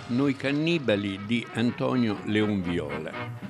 Noi cannibali di Antonio Leonviola.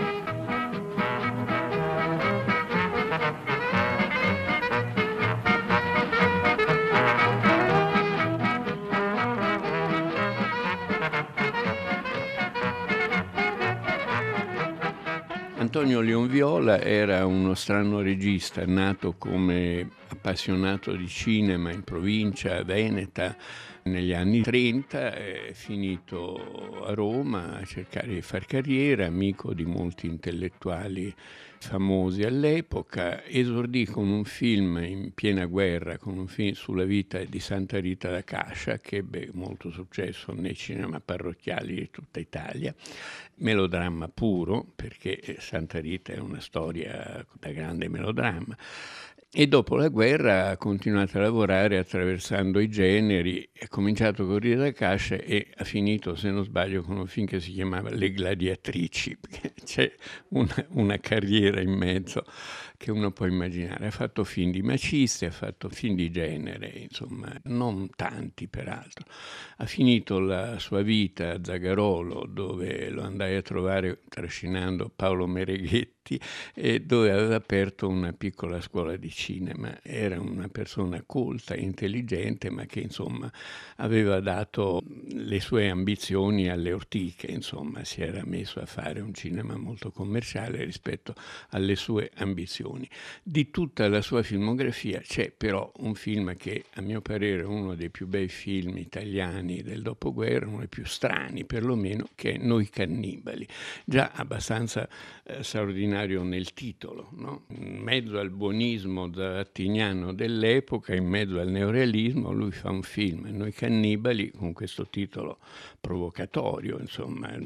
Antonio Leonviola era uno strano regista, nato come appassionato di cinema in provincia veneta negli anni 30, è finito a Roma a cercare di far carriera, amico di molti intellettuali famosi all'epoca, esordì con un film in piena guerra, con un film sulla vita di Santa Rita da Cascia, che ebbe molto successo nei cinema parrocchiali di tutta Italia. Melodramma puro, perché Santa Rita è una storia da grande melodramma. E dopo la guerra ha continuato a lavorare attraversando i generi, è cominciato con Rita da Cascia e ha finito, se non sbaglio, con un film che si chiamava Le Gladiatrici, perché c'è una carriera in mezzo che uno può immaginare. Ha fatto film di macisti, ha fatto film di genere, insomma, non tanti peraltro. Ha finito la sua vita a Zagarolo, dove lo andai a trovare trascinando Paolo Mereghetti e dove aveva aperto una piccola scuola di cinema. Era una persona colta, intelligente, ma che insomma aveva dato le sue ambizioni alle ortiche, insomma si era messo a fare un cinema molto commerciale rispetto alle sue ambizioni. Di tutta la sua filmografia c'è però un film che a mio parere è uno dei più bei film italiani del dopoguerra, uno dei più strani perlomeno, che è Noi cannibali, già abbastanza straordinario nel titolo, no? In mezzo al buonismo zattiniano dell'epoca, in mezzo al neorealismo, lui fa un film, Noi cannibali, con questo titolo provocatorio, insomma,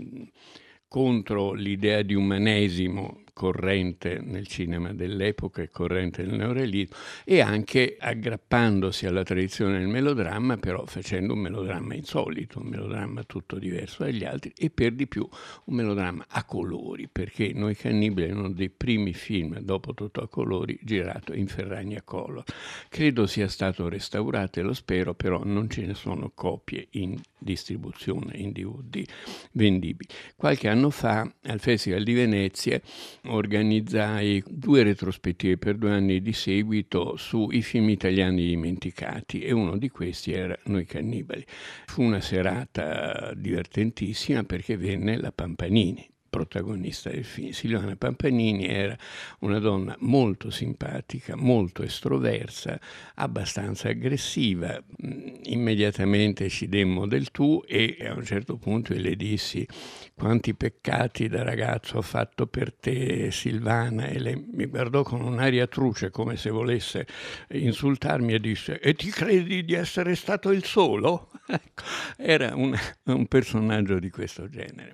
contro l'idea di umanesimo corrente nel cinema dell'epoca e corrente nel neorealismo, e anche aggrappandosi alla tradizione del melodramma, però facendo un melodramma insolito, un melodramma tutto diverso dagli altri e per di più un melodramma a colori, perché Noi cannibali è uno dei primi film, dopo tutto a colori, girato in Ferragna Color. Credo sia stato restaurato e lo spero, però non ce ne sono copie in distribuzione, in DVD vendibili. Qualche anno fa al Festival di Venezia organizzai 2 retrospettive per 2 anni di seguito sui film italiani dimenticati e uno di questi era Noi cannibali. Fu una serata divertentissima perché venne la Pampanini, protagonista del film. Silvana Pampanini era una donna molto simpatica, molto estroversa, abbastanza aggressiva. Immediatamente ci demmo del tu e a un certo punto le dissi: quanti peccati da ragazzo ho fatto per te, Silvana. E lei mi guardò con un'aria truce come se volesse insultarmi e disse: e ti credi di essere stato il solo? Ecco, era un personaggio di questo genere.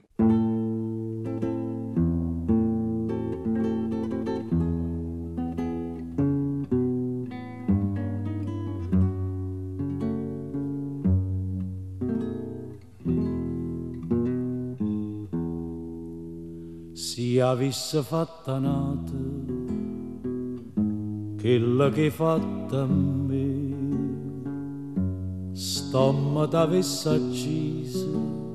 Si avesse fatta nata quella che hai fatta a me, stomma t'avesse accisa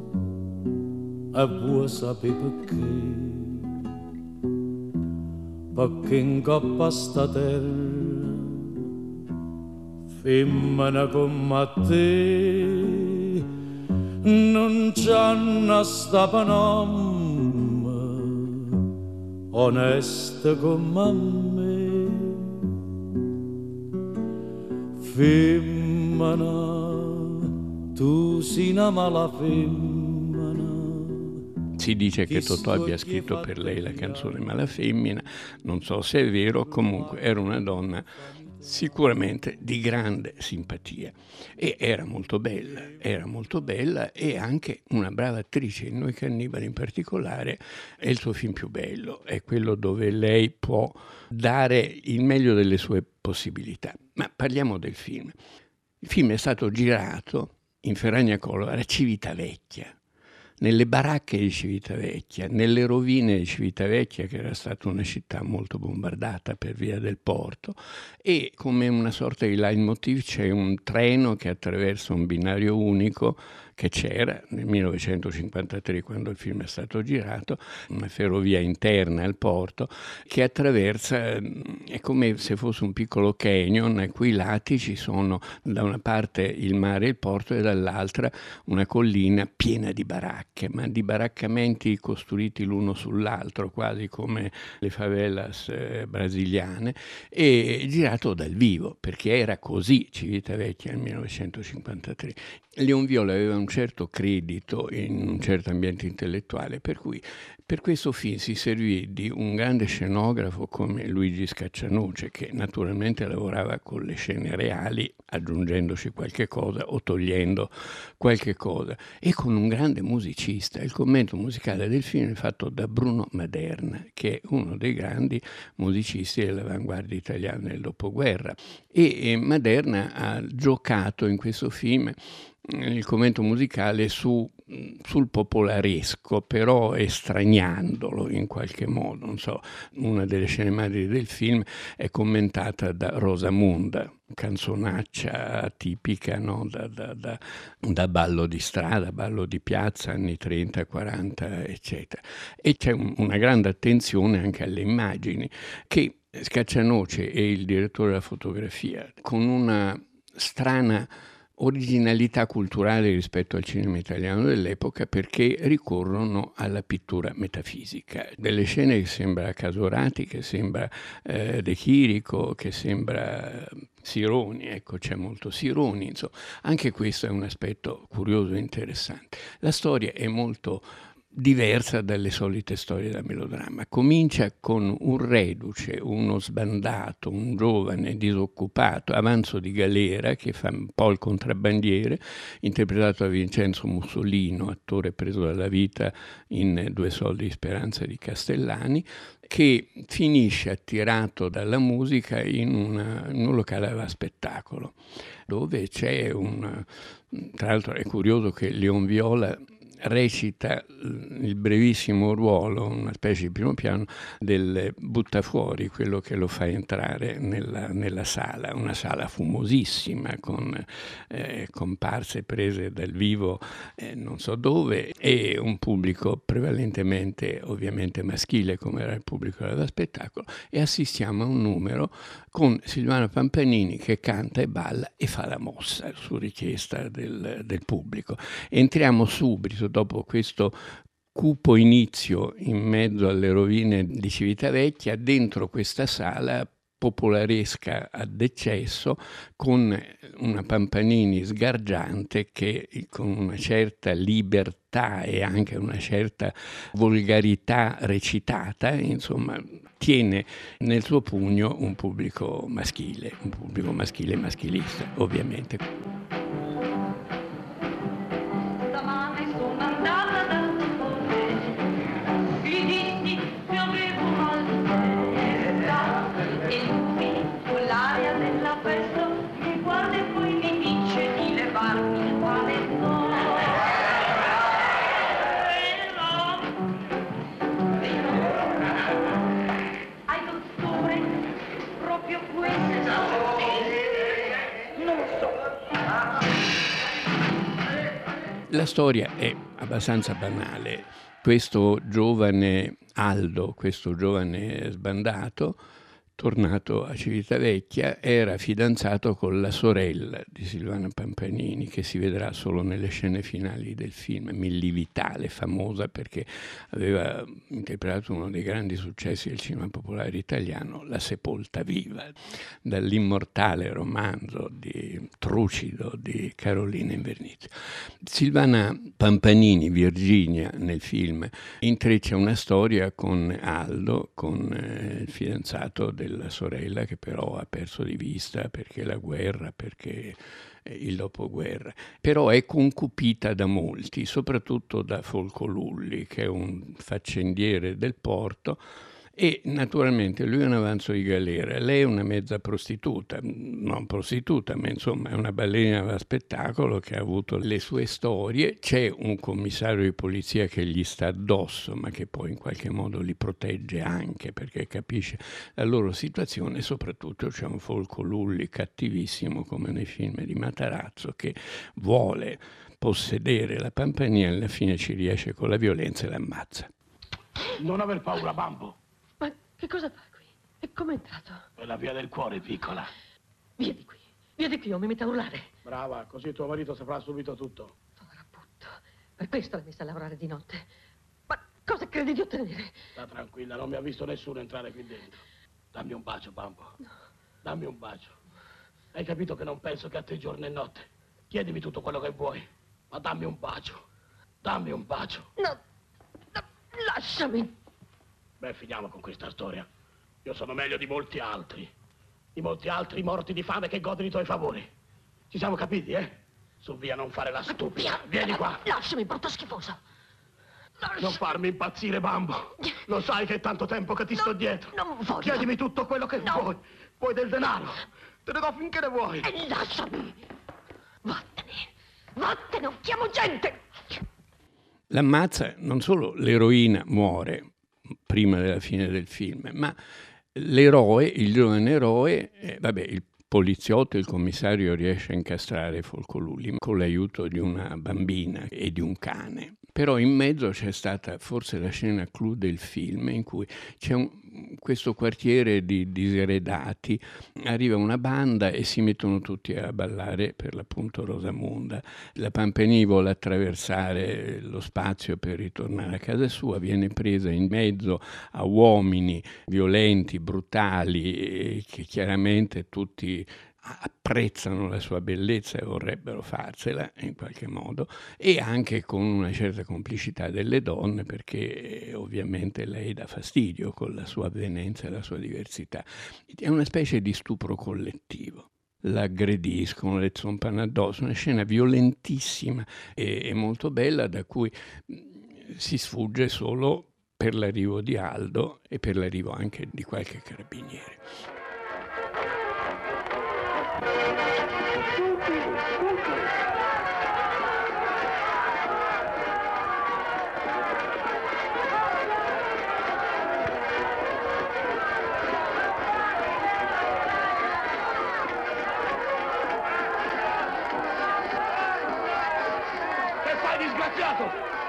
e vuoi sapere perché in coppa a sta terra femmina come te non c'hanno sta panorama onesta come me, femmina, tu sei una mala femmina. Si dice che Totò abbia scritto per lei la canzone Mala Femmina, non so se è vero, comunque era una donna sicuramente di grande simpatia e era molto bella e anche una brava attrice. In Noi cannibali in particolare è il suo film più bello, è quello dove lei può dare il meglio delle sue possibilità. Ma parliamo del film. Il film è stato girato in Ferragna Color a Civitavecchia, nelle baracche di Civitavecchia, nelle rovine di Civitavecchia, che era stata una città molto bombardata per via del porto, e come una sorta di leitmotiv c'è un treno che attraversa un binario unico che c'era nel 1953 quando il film è stato girato, una ferrovia interna al porto che attraversa, è come se fosse un piccolo canyon a cui lati ci sono da una parte il mare e il porto e dall'altra una collina piena di baracche, ma di baraccamenti costruiti l'uno sull'altro, quasi come le favelas brasiliane, e girato dal vivo, perché era così Civitavecchia nel 1953. Leon Viola aveva un certo credito in un certo ambiente intellettuale, per cui per questo film si servì di un grande scenografo come Luigi Scaccianoce, che naturalmente lavorava con le scene reali, aggiungendoci qualche cosa o togliendo qualche cosa, e con un grande musicista. Il commento musicale del film è fatto da Bruno Maderna, che è uno dei grandi musicisti dell'avanguardia italiana del dopoguerra. E Maderna ha giocato in questo film il commento musicale sul popolaresco, però estraniandolo in qualche modo. Non so, una delle scene madri del film è commentata da Rosamunda, canzonaccia tipica, no? Da ballo di strada, ballo di piazza, anni 30, 40, eccetera. E c'è una grande attenzione anche alle immagini che Scaccianoce e il direttore della fotografia, con una strana originalità culturale rispetto al cinema italiano dell'epoca, perché ricorrono alla pittura metafisica. Delle scene che sembra Casorati, che sembra De Chirico, che sembra Sironi, ecco, c'è molto Sironi, insomma. Anche questo è un aspetto curioso e interessante. La storia è molto diversa dalle solite storie da melodramma. Comincia con un reduce, uno sbandato, un giovane disoccupato, avanzo di galera, che fa un po' il contrabbandiere, interpretato da Vincenzo Mussolino, attore preso dalla vita in Due soldi di speranza di Castellani, che finisce attirato dalla musica in un locale da spettacolo, dove c'è tra l'altro è curioso che Leon Viola recita il brevissimo ruolo, una specie di primo piano, del buttafuori, quello che lo fa entrare nella sala, una sala fumosissima con comparse prese dal vivo non so dove, e un pubblico prevalentemente ovviamente maschile come era il pubblico da spettacolo, e assistiamo a un numero con Silvano Pampanini che canta e balla e fa la mossa su richiesta del pubblico. Entriamo subito dopo questo cupo inizio in mezzo alle rovine di Civitavecchia, dentro questa sala popolaresca ad eccesso, con una Pampanini sgargiante che con una certa libertà e anche una certa volgarità recitata, insomma, tiene nel suo pugno un pubblico maschile maschilista, ovviamente. La storia è abbastanza banale. Questo giovane Aldo, questo giovane sbandato, tornato a Civitavecchia, era fidanzato con la sorella di Silvana Pampanini, che si vedrà solo nelle scene finali del film, Milli Vitale, famosa perché aveva interpretato uno dei grandi successi del cinema popolare italiano, La sepolta viva, dall'immortale romanzo trucido di Carolina Invernizio. Silvana Pampanini, Virginia, nel film, intreccia una storia con Aldo, con il fidanzato della sorella, che però ha perso di vista perché la guerra, perché il dopoguerra. Però è concupita da molti, soprattutto da Folco Lulli, che è un faccendiere del porto E naturalmente lui è un avanzo di galera, lei è una mezza prostituta, non prostituta, ma insomma è una ballerina da spettacolo che ha avuto le sue storie. C'è un commissario di polizia che gli sta addosso, ma che poi in qualche modo li protegge anche perché capisce la loro situazione. E soprattutto c'è un Folco Lulli cattivissimo come nei film di Matarazzo che vuole possedere la Pampania e alla fine ci riesce con la violenza e l'ammazza. Non aver paura, Bambo. Ma che cosa fa qui? E come è entrato? È la via del cuore, piccola. Via di qui. Via di qui, o mi metto a urlare. Brava, così tuo marito saprà subito tutto. Povera putto. Per questo l'hai messa a lavorare di notte. Ma cosa credi di ottenere? Sta tranquilla, non mi ha visto nessuno entrare qui dentro. Dammi un bacio, Bambo. No. Dammi un bacio. Hai capito che non penso che a te giorno e notte? Chiedimi tutto quello che vuoi, ma dammi un bacio. Dammi un bacio. No. No. Lasciami. Beh, finiamo con questa storia. Io sono meglio di molti altri. Di molti altri morti di fame che godono i tuoi favori. Ci siamo capiti, eh? Su, via, non fare la stupida. Vieni qua. Lasciami, brutto schifoso. Non farmi impazzire, Bambo. Lo sai che è tanto tempo che ti sto dietro. Non voglio. Chiedimi tutto quello che vuoi. Vuoi del denaro? Te ne do finché ne vuoi. Lasciami. Vattene. Vattene, non chiamo gente. L'ammazza, non solo l'eroina muore prima della fine del film, ma l'eroe, il giovane eroe, il poliziotto, il commissario riesce a incastrare Folco Lulli con l'aiuto di una bambina e di un cane. Però in mezzo c'è stata forse la scena clou del film in cui c'è questo quartiere di diseredati, arriva una banda e si mettono tutti a ballare per l'appunto Rosamonda. La Pampani vuole attraversare lo spazio per ritornare a casa sua, viene presa in mezzo a uomini violenti, brutali, che chiaramente tutti apprezzano la sua bellezza e vorrebbero farsela in qualche modo, e anche con una certa complicità delle donne perché ovviamente lei dà fastidio con la sua avvenenza e la sua diversità. È una specie di stupro collettivo. L'aggrediscono, le zompano addosso, una scena violentissima e molto bella da cui si sfugge solo per l'arrivo di Aldo e per l'arrivo anche di qualche carabiniere. Che fai, disgraziato?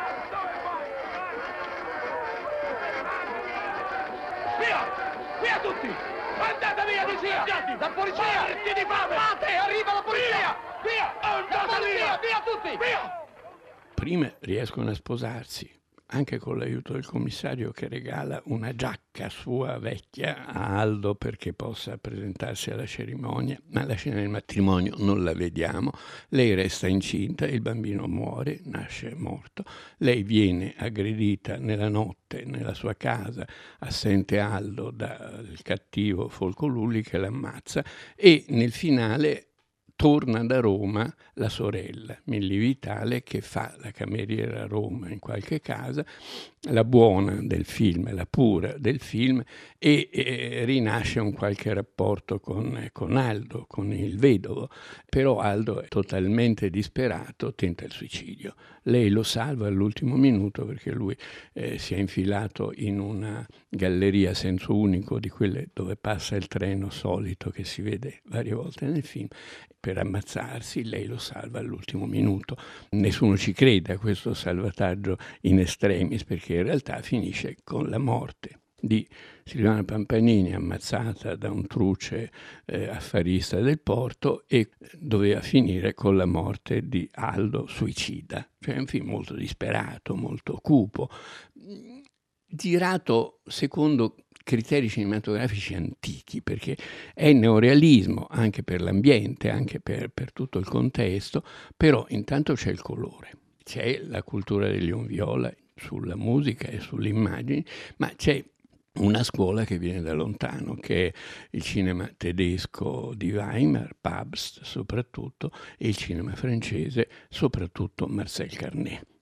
Via! Via tutti! Andate via, disgraziati! La polizia! Morti di fame! Fate! Arriva la polizia! Via! Andate via! Via tutti! Via! Prima riescono a sposarsi, anche con l'aiuto del commissario che regala una giacca sua vecchia a Aldo perché possa presentarsi alla cerimonia, ma la scena del matrimonio non la vediamo. Lei resta incinta, il bambino muore, nasce morto, lei viene aggredita nella notte nella sua casa, assente Aldo dal cattivo Folco Lulli che l'ammazza, e nel finale torna da Roma la sorella, Milli Vitale, che fa la cameriera a Roma in qualche casa, la buona del film, la pura del film, e rinasce un qualche rapporto con Aldo, con il vedovo. Però Aldo è totalmente disperato, tenta il suicidio. Lei lo salva all'ultimo minuto perché lui si è infilato in una galleria a senso unico, di quelle dove passa il treno solito che si vede varie volte nel film, per ammazzarsi. Lei lo salva all'ultimo minuto. Nessuno ci crede a questo salvataggio in extremis perché in realtà finisce con la morte di Silvana Pampanini, ammazzata da un truce affarista del porto, e doveva finire con la morte di Aldo suicida. Cioè è un film molto disperato, molto cupo, girato secondo criteri cinematografici antichi, perché è neorealismo anche per l'ambiente, anche per tutto il contesto, però intanto c'è il colore, c'è la cultura del Leon Viola sulla musica e sulle immagini, ma c'è una scuola che viene da lontano, che è il cinema tedesco di Weimar, Pabst soprattutto, e il cinema francese, soprattutto Marcel Carné.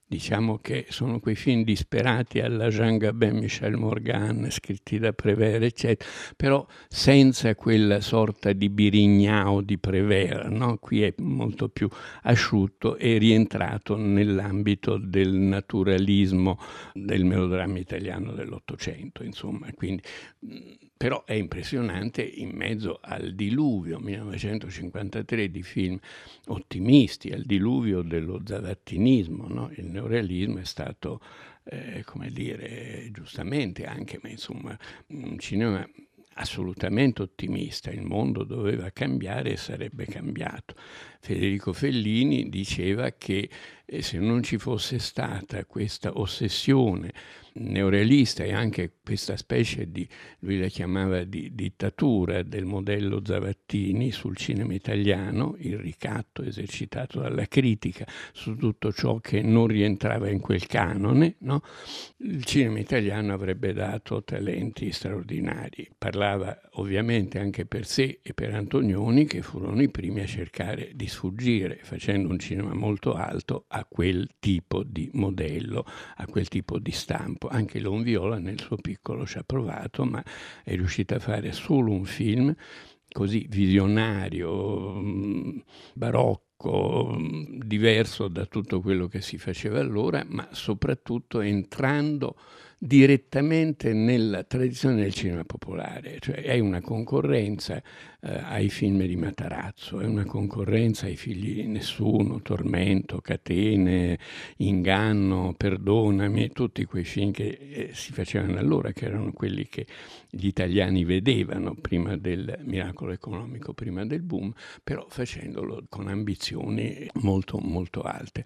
diciamo che sono quei film disperati alla Jean Gabin, Michel Morgan, scritti da Prévert, eccetera, però senza quella sorta di Birignao di Prévert, no? Qui è molto più asciutto e rientrato nell'ambito del naturalismo del melodramma italiano dell'Ottocento, insomma, quindi però è impressionante in mezzo al diluvio 1953 di film ottimisti, al diluvio dello zavattinismo, no? Il neorealismo è stato, come dire, giustamente anche, ma insomma, un cinema assolutamente ottimista, il mondo doveva cambiare e sarebbe cambiato. Federico Fellini diceva che se non ci fosse stata questa ossessione neorealista e anche questa specie di, lui la chiamava di dittatura del modello Zavattini sul cinema italiano, il ricatto esercitato dalla critica su tutto ciò che non rientrava in quel canone, no? Il cinema italiano avrebbe dato talenti straordinari. Parlava ovviamente anche per sé e per Antonioni, che furono i primi a cercare di sfuggire, facendo un cinema molto alto, a quel tipo di modello, a quel tipo di stampo. Anche Lonviola nel suo piccolo ci ha provato, ma è riuscita a fare solo un film così visionario, barocco, diverso da tutto quello che si faceva allora, ma soprattutto entrando direttamente nella tradizione del cinema popolare, cioè è una concorrenza ai film di Matarazzo, è una concorrenza ai Figli di nessuno, Tormento, Catene, Inganno, Perdonami, tutti quei film che si facevano allora, che erano quelli che gli italiani vedevano prima del miracolo economico, prima del boom, però facendolo con ambizioni molto molto alte.